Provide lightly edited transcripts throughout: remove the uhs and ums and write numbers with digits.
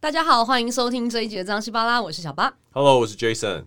大家好，欢迎收听这一集的张西巴拉，我是小八。 Hello， 我是 Jason。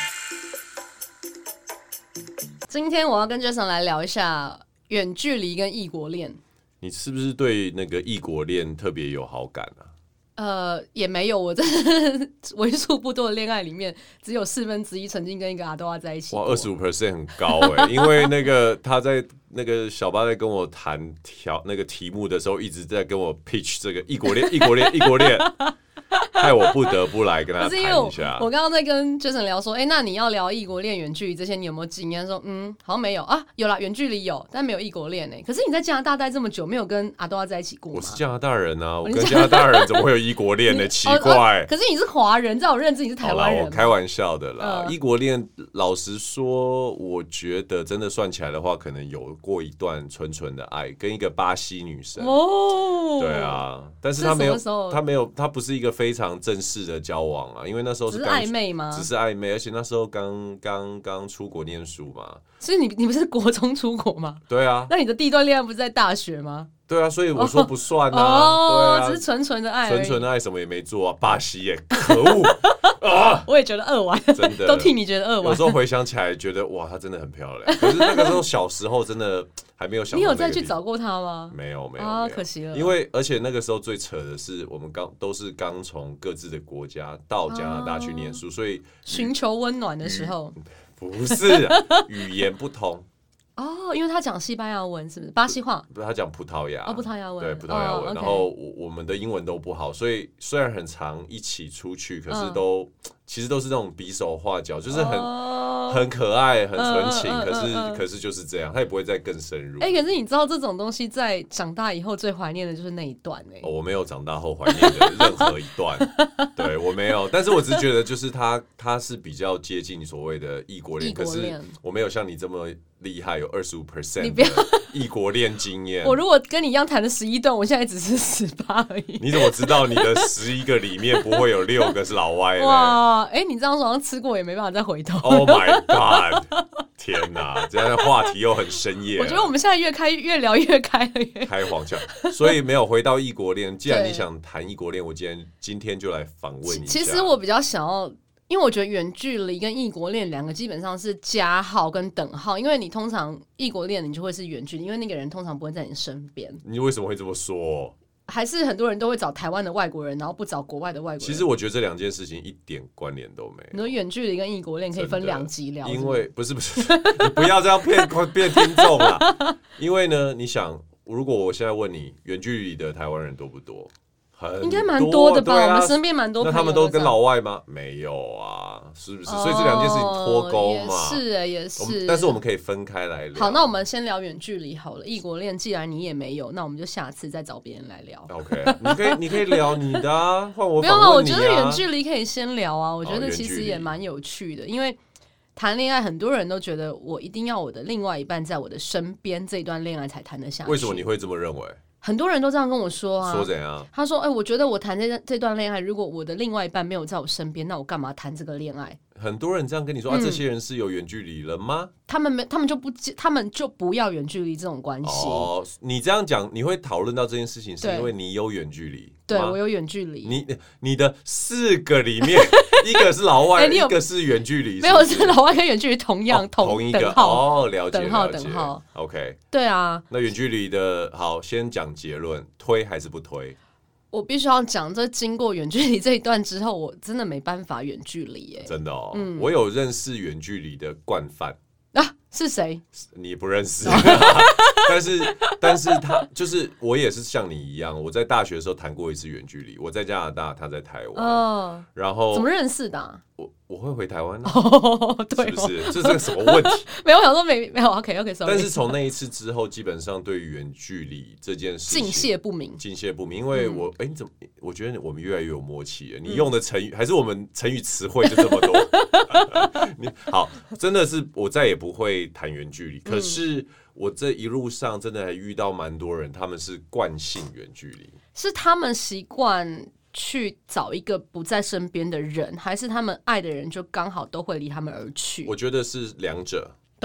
今天我要跟 Jason 来聊一下远距离跟异国恋。 你是不是对那个异国恋特别有好感啊？ 也没有，我在为数不多的恋爱里面，只有1/4曾经跟一个阿多亚在一起。 哇，25% 很高哎、欸！因为那个他在那个小巴在跟我谈那个题目的时候，一直在跟我 pitch 这个异国恋，异国恋，异国恋。害我不得不来跟他谈一下。 我刚刚在跟 Jason 聊说，那你要聊异国恋、远距离这些，你有没有经验？说，好像没有啊，有啦，远距离有，但没有异国恋可是你在加拿大待这么久，没有跟阿多亚在一起过吗？ 我是加拿大人啊，我跟加拿大人怎么会有异国恋呢？奇怪。 可是你是华人，在我认知你是台湾人。 我开玩笑的啦。异国恋，老实说，我觉得真的算起来的话，可能有过一段纯纯的爱，跟一个巴西女生。哦，对啊，但是他没有，他不是一个非常正式的交往啊，因为那时候是暧昧吗？ 只是暧昧，而且那时候刚出国念书嘛。 所以你不是国中出国吗？ 对啊。 那你的第一段恋爱不是在大学吗？ 对啊，所以我说不算啊。对啊， 只是纯纯的爱， 纯纯的爱什么也没做啊。巴西耶，可恶啊！ 我也觉得二玩，真的都替你觉得二玩。 有时候回想起来，觉得哇，她真的很漂亮。可是那个时候小时候真的还没有想到。 你有再去找过她吗？ 没有啊，可惜了。 因为而且那个时候最扯的是，我们都是刚从各自的国家到加拿大去念书，所以寻求温暖的时候， 不是语言不通。 哦，因为他讲西班牙文，是不是巴西话？ 不是，他讲葡萄牙。 葡萄牙文。 对，葡萄牙文。然后我们的英文都不好，所以虽然很常一起出去，可是其实都是那种比手画脚，就是很可爱、很纯情。可是就是这样，他也不会再更深入。 可是你知道这种东西在长大以后最怀念的就是那一段我没有长大后怀念的任何一段，对我没有。但是我只是觉得，就是他是比较接近所谓的异国恋，可是我没有像你这么厉害，有25% 的异国恋经验。 我如果跟你一样谈了11段，我现在只是18而已。 你怎么知道你的11个里面不会有6个是老外呢？ 哇，你这样说好像吃过也没办法再回头。 Oh my god！ 天哪，这样的话题又很深夜。 我觉得我们现在越聊越开了， 开黄腔。所以没有回到异国恋。既然你想谈异国恋，我今天就来访问你。 其实我比较想要。因为我觉得远距离跟异国恋两个基本上是加号跟等号，因为你通常异国恋你就会是远距离，因为那个人通常不会在你身边。 你为什么会这么说？ 还是很多人都会找台湾的外国人，然后不找国外的外国人。 其实我觉得这两件事情一点关联都没有。 你说远距离跟异国恋可以分2集聊， 因为不是你不要这样骗听众啦。因为呢，你想，如果我现在问你，远距离的台湾人多不多？ 应该蛮多的吧，我们身边蛮多朋友。 那他们都跟老外吗？没有啊，是不是？所以这两件事情脱钩嘛。 也是。 但是我们可以分开来聊。 好，那我们先聊远距离好了。异国恋既然你也没有，那我们就下次再找别人来聊。 OK， 你可以聊你的啊，换我访问你啊。 不用啊，我觉得远距离可以先聊啊。我觉得其实也蛮有趣的，因为谈恋爱很多人都觉得我一定要我的另外一半在我的身边，这一段恋爱才谈得下去。 为什么你会这么认为？ 很多人都这样跟我说啊。 说怎样？ 他说：“我觉得我谈这段恋爱，如果我的另外一半没有在我身边，那我干嘛谈这个恋爱？” 很多人这样跟你说这些人是有远距离了吗？ 他们就不要远距离这种关系。 你这样讲，你会讨论到这件事情，是因为你有远距离。 对，我有远距离。 你的4个里面，一个是老外，一个是远距离。 没有，是老外跟远距离同一个了解。 等号。 OK， 对啊。 那远距离的好，先讲结论，推还是不推？ 我必须要讲，这经过远距离这一段之后，我真的没办法远距离真的哦。我有认识远距离的惯犯啊，是谁？ 你不认识。但是他就是我也是像你一样，我在大学的时候谈过一次远距离，我在加拿大，他在台湾。然后怎么认识的啊？ 我会回台湾对， 是不是？这是个什么问题？ 没有，我想说没有 OK， 但是从那一次之后，基本上对于远距离这件事情敬谢不明， 因为你怎么？我觉得我们越来越有默契了。你用的成语还是我们成语词汇就这么多。好，真的是我再也不会谈远距离。可是我这一路上真的还遇到蛮多人，他们是惯性远距离， 是他们习惯去找一个不在身边的人，还是他们爱的人就刚好都会离他们而去？ 我觉得是两者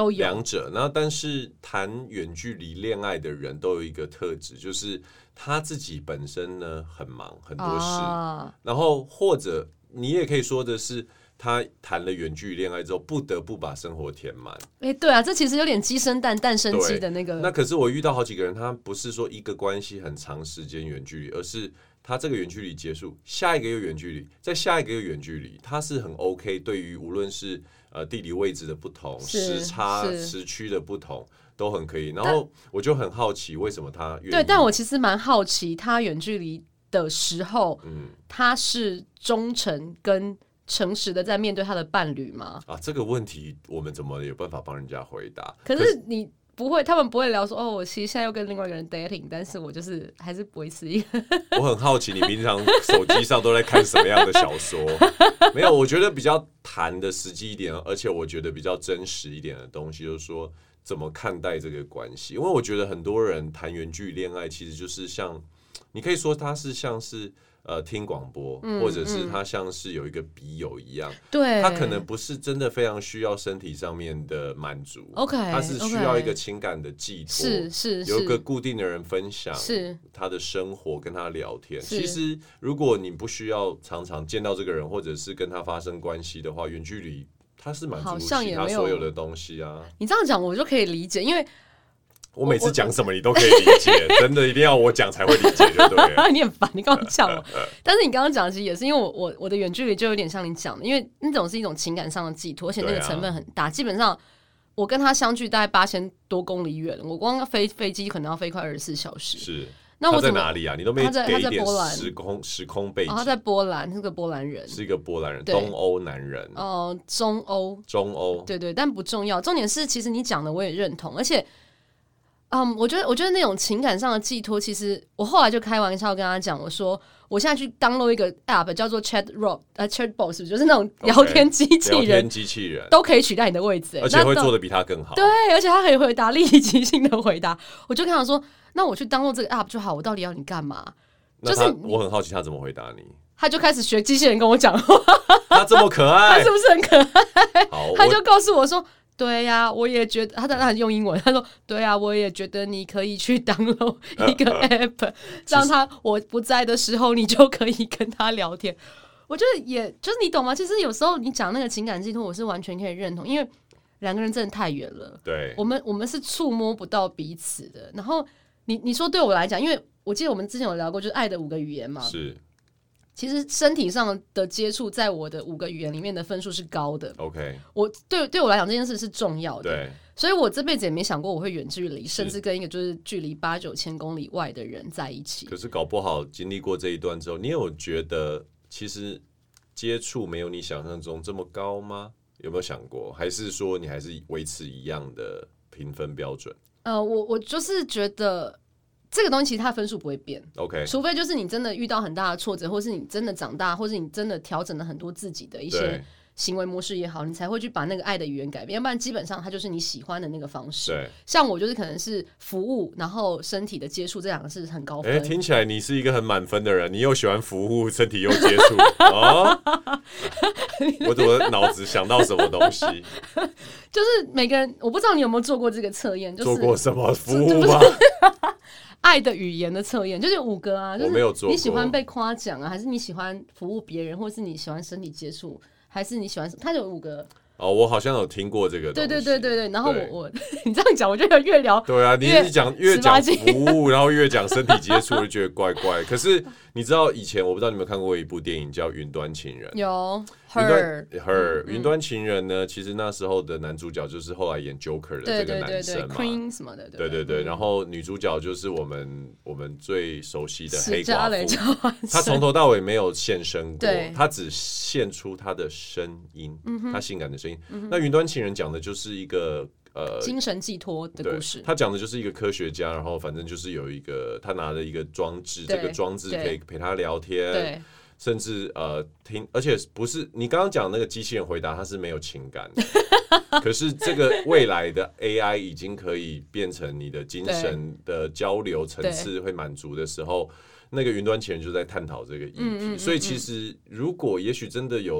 都有两者。然后，但是谈远距离恋爱的人都有一个特质，就是他自己本身呢很忙很多事，然后或者你也可以说的是，他谈了远距离恋爱之后，不得不把生活填满。 对啊，这其实有点鸡生蛋，蛋生鸡的那个。 那可是我遇到好几个人，他不是说一个关系很长时间远距离，而是他这个远距离结束，下一个又远距离，再下一个又远距离，他是很 OK。对于无论是地理位置的不同、时差、时区的不同，都很可以。然后我就很好奇，为什么他愿意？ 对，但我其实蛮好奇，他远距离的时候，他是忠诚跟诚实的在面对他的伴侣吗？ 这个问题我们怎么有办法帮人家回答？ 可是你不会，他们不会聊说我其实现在又跟另外一个人 dating， 但是我就是还是不会吃一个。 我很好奇，你平常手机上都在看什么样的小说？没有，我觉得比较谈的实际一点，而且我觉得比较真实一点的东西，就是说怎么看待这个关系。因为我觉得很多人谈远距离恋爱，其实就是像你可以说他是像是。听广播，或者是他像是有一个笔友一样， 对， 他可能不是真的非常需要身体上面的满足 ，OK， 他是需要一个情感的寄托， 是有一个固定的人分享他的生活，跟他聊天。其实如果你不需要常常见到这个人，或者是跟他发生关系的话，远距离他是满足其他所有的东西啊。 你这样讲我就可以理解，因为。 我每次讲什么你都可以理解，真的一定要我讲才会理解，就对了。 你很烦，你刚刚讲我，但是你刚刚讲的其实也是因为我的远距离就有点像你讲的，因为那种是一种情感上的寄托，而且那个成分很大。基本上我跟他相距大概8000多公里远，我光飞机可能要飞快24小时。 是， 那我在哪里啊？你都没给一点时空背景。 他在波兰，是个波兰人， 是一个波兰人，东欧男人。 中欧，对，但不重要。重点是，其实你讲的我也认同，而且。我觉得那种情感上的寄托，其实我后来就开玩笑跟他讲，我说我现在去 download 一个 app 叫做 Chatbot， 就是那种聊天机器人， 聊天机器人都可以取代你的位置， 而且会做得比他更好。 对，而且他可以回答立即性的回答。我就跟他说，那我去 download 这个 app 就好，我到底要你干嘛？就是我很好奇他怎么回答你。 他就开始学机器人跟我讲话， 他这么可爱， 他是不是很可爱？他就告诉我说。对呀，我也觉得他用英文，他说对呀，我也觉得你可以去 download 一个 app， 让我不在的时候，你就可以跟他聊天。我觉得也就是你懂吗？其实有时候你讲那个情感寄托，我是完全可以认同，因为两个人真的太远了， 对， 我们是触摸不到彼此的。然后你说对我来讲，因为我记得我们之前有聊过，就是爱的5个语言嘛， 是。 其实身体上的接触，在我的5个语言里面的分数是高的。 OK， 对我来讲这件事是重要的， 对， 所以我这辈子也没想过我会远距离，甚至跟一个就是距离8-9千公里外的人在一起。 可是搞不好经历过这一段之后，你有觉得其实接触没有你想象中这么高吗？有没有想过？还是说你还是维持一样的评分标准？ 我就是觉得。这个东西其实它的分数不会变 ，OK， 除非就是你真的遇到很大的挫折，或是你真的长大，或是你真的调整了很多自己的一些行为模式也好，你才会去把那个爱的语言改变，要不然基本上它就是你喜欢的那个方式。 对， 像我就是可能是服务，然后身体的接触，这2个是很高分。 听起来你是一个很满分的人，你又喜欢服务，身体又接触哦。我怎么脑子想到什么东西？ 就是每个人，我不知道你有没有做过这个测验，就是做过什么服务吗？ 爱的语言的测验就是5个啊，就是我没有做过。 你喜欢被夸奖啊，还是你喜欢服务别人，或是你喜欢身体接触，还是你喜欢什么？它有5个。 我好像有听过这个东西。 对，然后我你这样讲，我就越聊。 对啊，你讲越讲服务，然后越讲身体接触，我就觉得怪怪。可是你知道以前我不知道你有没有看过一部电影叫《云端情人》？ 有。 云端情人呢？其实那时候的男主角就是后来演 Joker 的这个男生嘛 ，Queen 什么的。 对，然后女主角就是我们最熟悉的黑寡妇。她从头到尾没有现身过，她只现出她的声音，她性感的声音。那云端情人讲的就是一个精神寄托的故事。 他讲的就是一个科学家，然后反正就是有一个他拿了一个装置，这个装置可以陪他聊天，甚至听，而且不是你刚刚讲那个机器人回答，它是没有情感的。可是这个未来的 AI 已经可以变成你的精神的交流层次会满足的时候，那个云端情人就在探讨这个议题。所以其实如果也许真的有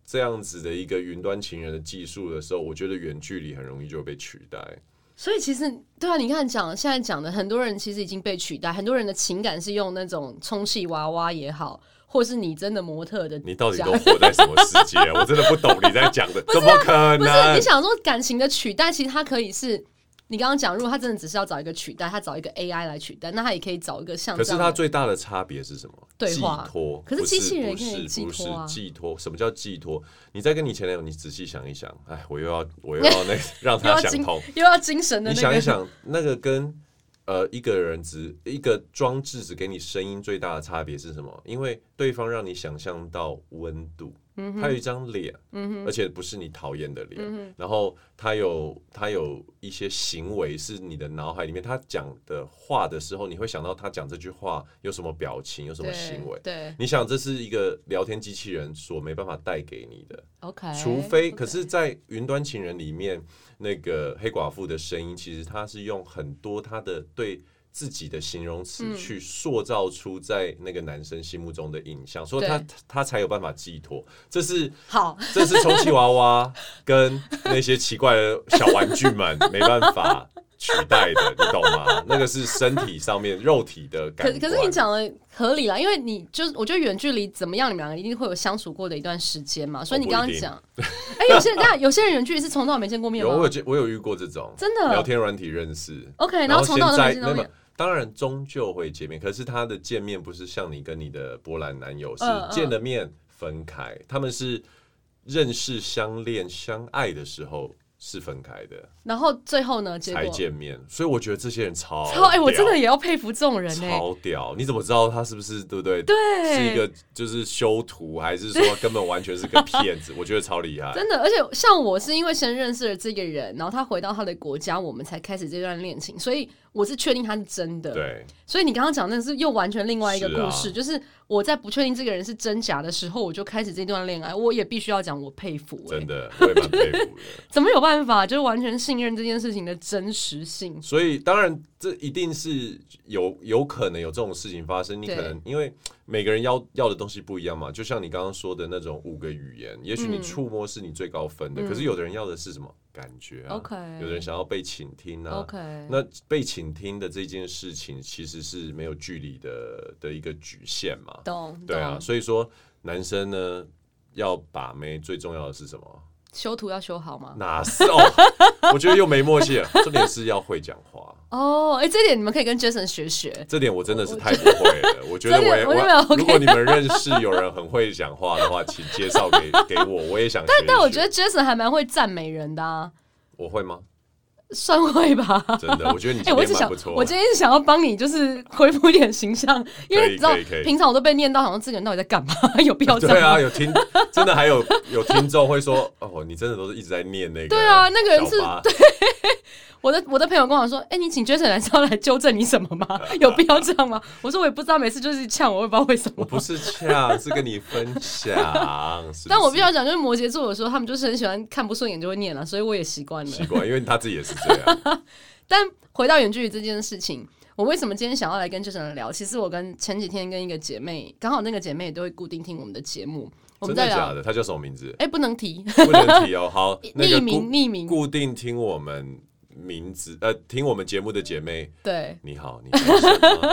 这样子的一个云端情人的技术的时候，我觉得远距离很容易就被取代。 所以其实对啊，你看现在讲的，很多人其实已经被取代，很多人的情感是用那种充气娃娃也好，或是你真的模特的， 你到底都活在什么世界？我真的不懂你在讲的，怎么可能？ 不是你想说感情的取代，其实它可以是。你刚刚讲，如果他真的只是要找一个取代，他找一个 AI 来取代，那他也可以找一个像这样的。 可是他最大的差别是什么？ 对话寄托。 可是机器人也可以寄托啊。 寄托，什么叫寄托？你在跟你前男友，你仔细想一想，哎，我又要那让他想通， 又要精神的那个。 你想一想，那个跟一个装置只给你声音最大的差别是什么？因为对方让你想象到温度。他有一张脸，而且不是你讨厌的脸，然后他有一些行为是你的脑海里面，他讲的话的时候，你会想到他讲这句话有什么表情，有什么行为。 对， 你想这是一个聊天机器人所没办法带给你的。 OK， 除非，可是，在云端情人里面，那个黑寡妇的声音，其实他是用很多他的对自己的形容词去塑造出在那个男生心目中的印象，所以他才有办法寄托。这是充气娃娃跟那些奇怪的小玩具们没办法取代的，你懂吗？那个是身体上面肉体的感官。 可是你讲的合理啦，因为我觉得远距离怎么样，你们两个一定会有相处过的一段时间嘛，所以你刚刚讲，有些人远距离是从头到尾没见过面吗？ 我有遇过这种， 真的聊天软体认识 ，OK， 然后从头到尾没见过面。 当然终究会见面，可是他的见面不是像你跟你的波兰男友是见了面分开，他们是认识、相恋、相爱的时候是分开的， 然后最后呢，结果才见面。所以我觉得这些人超我真的也要佩服这种人超屌！你怎么知道他是不是对不对？ 对， 是一个就是修图，还是说根本完全是个骗子？我觉得超厉害， 真的。而且像我是因为先认识了这个人，然后他回到他的国家，我们才开始这段恋情，所以我是确定他是真的。 对， 所以你刚刚讲那是又完全另外一个故事，就是我在不确定这个人是真假的时候，我就开始这段恋爱。我也必须要讲，我佩服， 真的，我也蛮佩服的。 怎么有办法，就是完全信任这件事情的真实性？ 所以当然，这一定是有可能有这种事情发生。你可能因为每个人要的东西不一样嘛，就像你刚刚说的那种5个语言，也许你触摸是你最高分的，可是有的人要的是什么感觉啊？有的人想要被倾听啊。那被倾听的这件事情其实是没有距离的一个局限嘛。对啊，所以说男生呢要把妹最重要的是什么？ 修图要修好吗？ 哪是哦？我觉得又没默契了。重点是要会讲话哦。这点你们可以跟 Jason 学。 这点我真的是太不会了。我觉得如果你们认识有人很会讲话的话，请介绍给我，我也想学。 但我觉得 Jason 还蛮会赞美人的啊。 我会吗？ 算会吧， 真的，我觉得你今天蛮不错。 我今天想要帮你，就是恢复一点形象，因为你知道，平常我都被念到，好像这个人到底在干嘛？有必要这样吗？ 对啊，真的还有听众会说，哦，你真的都是一直在念那个。 对啊，那个人是对。我的朋友跟我说，你请 Jason 来是要来纠正你什么吗？有必要这样吗？我说我也不知道，每次就是呛我，也不知道为什么。 我不是呛，是跟你分享。 但我必须要讲，就是摩羯座有时候他们就是很喜欢看不顺眼就会念了，所以我也习惯了。 因为他自己也是这样。 但回到远距离这件事情，我为什么今天想要来跟 Jason 聊？其实我跟前几天跟一个姐妹，刚好那个姐妹也都会固定听我们的节目。 真的假的？她叫什么名字？ 不能提， 不能提哦。好， 匿名， 固定听我们名字听我们节目的姐妹， 对， 你好，你单身吗？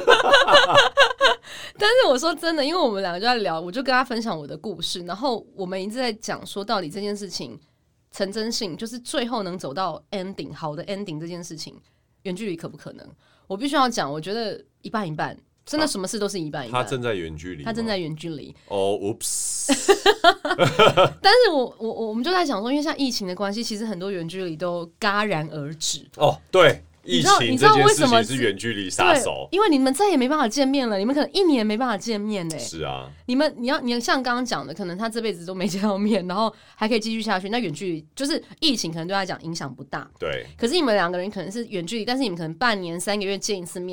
但是我说真的，因为我们两个就在聊，我就跟她分享我的故事，然后我们一直在讲说，到底这件事情成真性，就是最后能走到 ending 好的 ending 这件事情，远距离可不可能？我必须要讲，我觉得一半一半。真的什么事都是一半一半。 他正在远距离。 他正在远距离。 哦 ，oops。 但是我们就在想说，因为像疫情的关系，其实很多远距离都戛然而止。 哦，对，疫情这件事情是远距离杀手。 因为你们再也没办法见面了，你们可能1年没办法见面呢。 是啊。你要像刚刚讲的，可能他这辈子都没见到面，然后还可以继续下去。那远距离就是疫情，可能对他来讲影响不大。 对。 可是你们两个人可能是远距离，但是你们可能半年、3个月见一次面。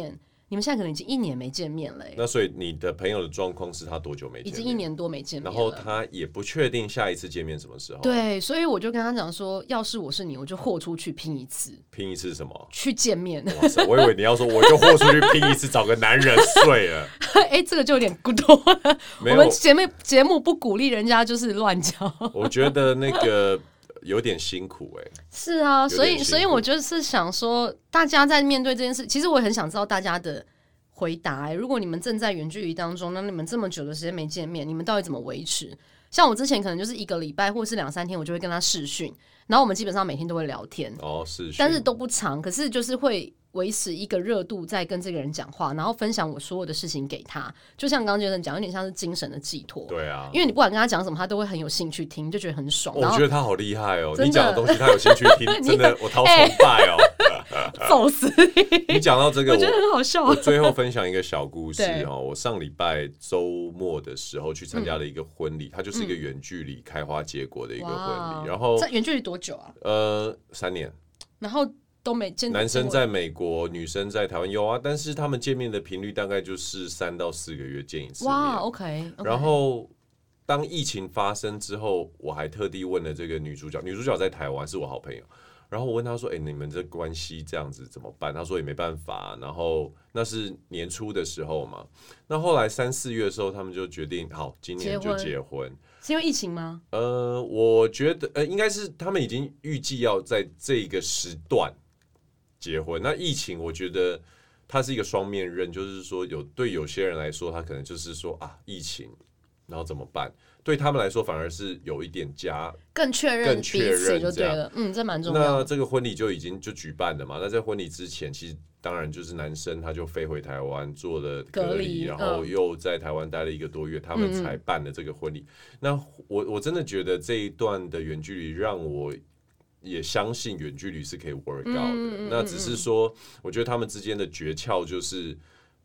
你们现在可能已经1年没见面了。 那所以你的朋友的状况是他多久没见面？ 已经1年多没见面了， 然后他也不确定下一次见面什么时候。 对，所以我就跟他讲说，要是我是你，我就豁出去拼一次。 拼一次什么？ 去见面。 哇塞，我以为你要说我就豁出去拼一次，找个男人睡了。 这个就有点多了。我们节目不鼓励人家就是乱交。我觉得那个有点辛苦是啊，所以我就是想说，大家在面对这件事，其实我也很想知道大家的回答。如果你们正在远距离当中，那你们这么久的时间没见面，你们到底怎么维持？像我之前可能就是1个礼拜或是2-3天，我就会跟他视讯，然后我们基本上每天都会聊天视讯， 但是都不长，可是就是会维持一个热度，在跟这个人讲话，然后分享我所有的事情给他，就像刚刚Jason讲，有点像是精神的寄托。 对啊， 因为你不管跟他讲什么，他都会很有兴趣听，就觉得很爽。 我觉得他好厉害哦，你讲的东西他有兴趣听，真的我好崇拜哦。 走死你讲到这个， 我觉得很好笑。 我最后分享一个小故事我上礼拜周末的时候去参加了一个婚礼，它就是一个远距离开花结果的一个婚礼。然后远距离多久啊 ？3年。然后都没见， 男生在美国，女生在台湾有啊，但是他们见面的频率大概就是3到4个月见一次面。 哇 ，OK。 然后当疫情发生之后，我还特地问了这个女主角，女主角在台湾，是我好朋友。然后我问她说：“你们这关系这样子怎么办？”她说也没办法。然后那是年初的时候嘛，那后来3、4月的时候，他们就决定好，今年就结婚。 是因为疫情吗？ 我觉得应该是他们已经预计要在这个时段结婚。那疫情，我觉得它是一个双面刃，就是说对有些人来说，他可能就是说疫情，然后怎么办？对他们来说，反而是有一点更确认彼此就对了。这蛮重要的。 那这个婚礼就已经就举办了嘛？那在婚礼之前，其实当然就是男生他就飞回台湾做了隔离，然后又在台湾待了1个多月，他们才办了这个婚礼。那我真的觉得这一段的远距离让我也相信远距离是可以 work out 的。那只是说，我觉得他们之间的诀窍就是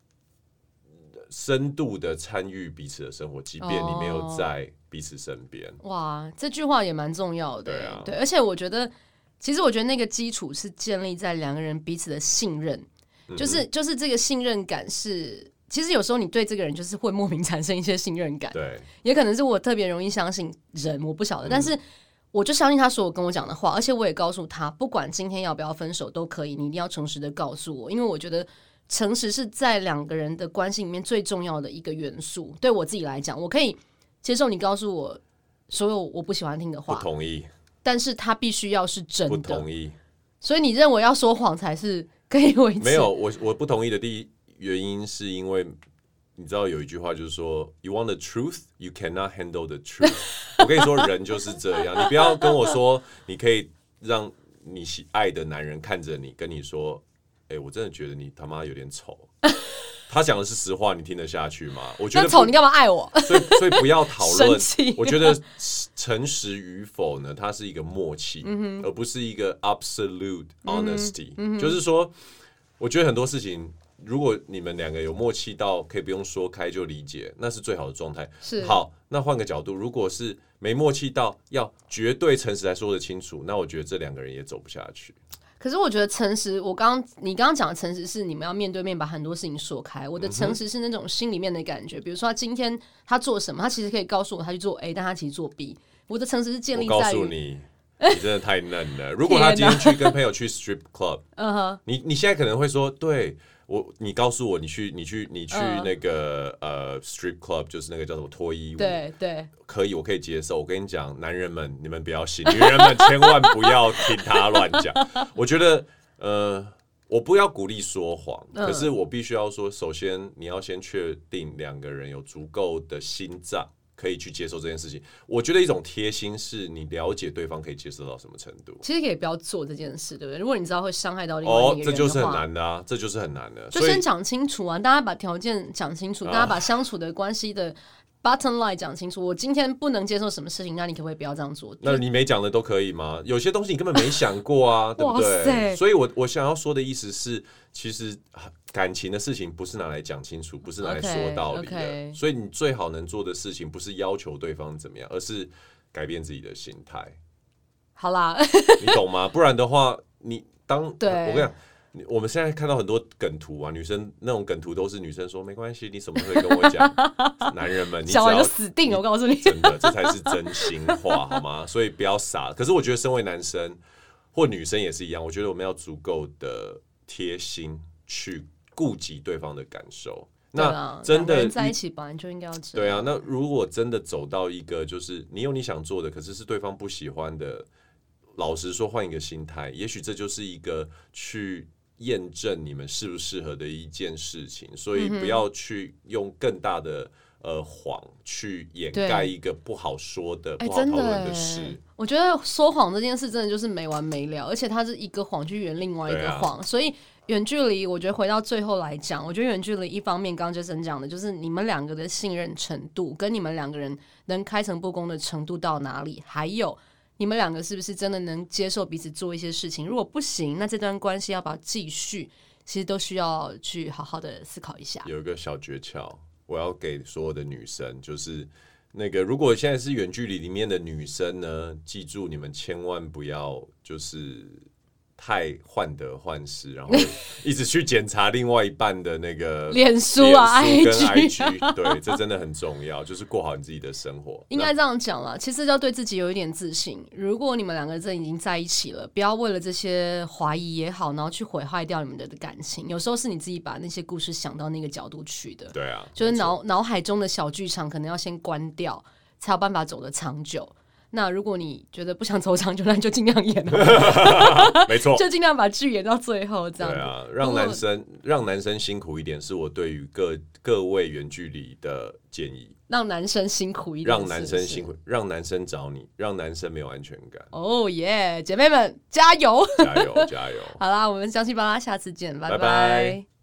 深度的参与彼此的生活，即便你没有在彼此身边。 哇，这句话也蛮重要的。对，而且我觉得，其实我觉得那个基础是建立在2个人彼此的信任，就是这个信任感是。其实有时候你对这个人就是会莫名产生一些信任感， 对， 也可能是我特别容易相信人，我不晓得，但是我就相信他所有跟我讲的话，而且我也告诉他，不管今天要不要分手都可以，你一定要诚实的告诉我，因为我觉得诚实是在2个人的关系里面最重要的一个元素。对我自己来讲，我可以接受你告诉我所有我不喜欢听的话， 不同意， 但是他必须要是真的， 不同意。 所以你认为要说谎才是可以维持？ 没有，我不同意的第一原因是因为你知道有一句话就是说 You want the truth, you cannot handle the truth 我跟你说人就是这样，你不要跟我说你可以让你爱的男人看着你跟你说我真的觉得你他妈有点丑他讲的是实话，你听得下去吗？我觉得那丑你干嘛爱我？ 所以不要讨论我觉得诚实与否呢，它是一个默契，而不是一个 absolute honesty。就是说我觉得很多事情如果你们2个有默契到可以不用说开就理解，那是最好的状态。好，那换个角度，如果是没默契到要绝对诚实才说得清楚，那我觉得这2个人也走不下去。 可是我觉得诚实，你刚刚讲的诚实是你们要面对面把很多事情说开。我的诚实是那种心里面的感觉，比如说他今天他做什么，他其实可以告诉我他去做 A， 但他其实做 B。我的诚实是建立在于，我告诉你，你真的太嫩了。如果他今天去跟朋友去 strip club， 你现在可能会说，对。你告诉我，你去那个strip club， 就是那个叫什么脱衣舞， 对， 可以，我可以接受。我跟你讲，男人们你们不要信，女人们千万不要听他乱讲。我觉得我不要鼓励说谎，可是我必须要说，首先你要先确定2个人有足够的心脏。可以去接受这件事情，我觉得一种贴心是你了解对方可以接受到什么程度。 其实可以不要做这件事，对不对？如果你知道会伤害到另外一个人的话， 这就是很难的啊，这就是很难的。 就先讲清楚啊，大家把条件讲清楚，大家把相处的关系的 bottom line 讲清楚。我今天不能接受什么事情，那你可不可以不要这样做？ 那你没讲的都可以吗？有些东西你根本没想过啊，对不对？所以我想要说的意思是，其实感情的事情不是拿来讲清楚，不是拿来说道理的。所以你最好能做的事情，不是要求对方怎么样，而是改变自己的心态。 好啦， 你懂吗？不然的话，我跟你讲， 我们现在看到很多梗图啊，女生那种梗图都是女生说没关系，你什么都可以跟我讲。男人们，你讲完就死定了，我告诉你， 真的，这才是真心话，好吗？所以不要傻。可是我觉得，身为男生或女生也是一样，我觉得我们要足够的贴心去顾及对方的感受。那真的人在一起本来就应该要这样。 对啊，那如果真的走到一个就是你有你想做的，可是对方不喜欢的，老实说，换一个心态，也许这就是一个去验证你们适不适合的一件事情。所以不要去用更大的谎去掩盖一个不好说的、不好讨论的事。 我觉得说谎这件事真的就是没完没了，而且它是一个谎去圆另外一个谎，所以远距离，我觉得回到最后来讲，我觉得远距离一方面，刚刚Jason讲的就是你们两个的信任程度，跟你们两个人能开诚布公的程度到哪里，还有你们两个是不是真的能接受彼此做一些事情。如果不行，那这段关系要不要继续，其实都需要去好好的思考一下。 有一个小诀窍，我要给所有的女生，就是那个，如果现在是远距离里面的女生呢，记住你们千万不要就是太患得患失，然后一直去检查另外一半的那个脸书啊、 跟 IG， 对，这真的很重要，就是过好你自己的生活。 应该这样讲啦，其实要对自己有一点自信。如果你们两个真已经在一起了，不要为了这些怀疑也好，然后去毁坏掉你们的感情。有时候是你自己把那些故事想到那个角度去的。 对啊， 就是脑海中的小剧场可能要先关掉，才有办法走得长久。那如果你觉得不想走长久，那你就尽量演了， 没错， 就尽量把剧演到最后，这样子。 对啊，让男生辛苦一点，是我对于各位远距离的建议。 让男生辛苦一点， 让男生辛苦，让男生找你，让男生没有安全感。 哦耶，姐妹们加油， 加油，加油！ 好啦，我们相信巴拉下次见，拜拜拜。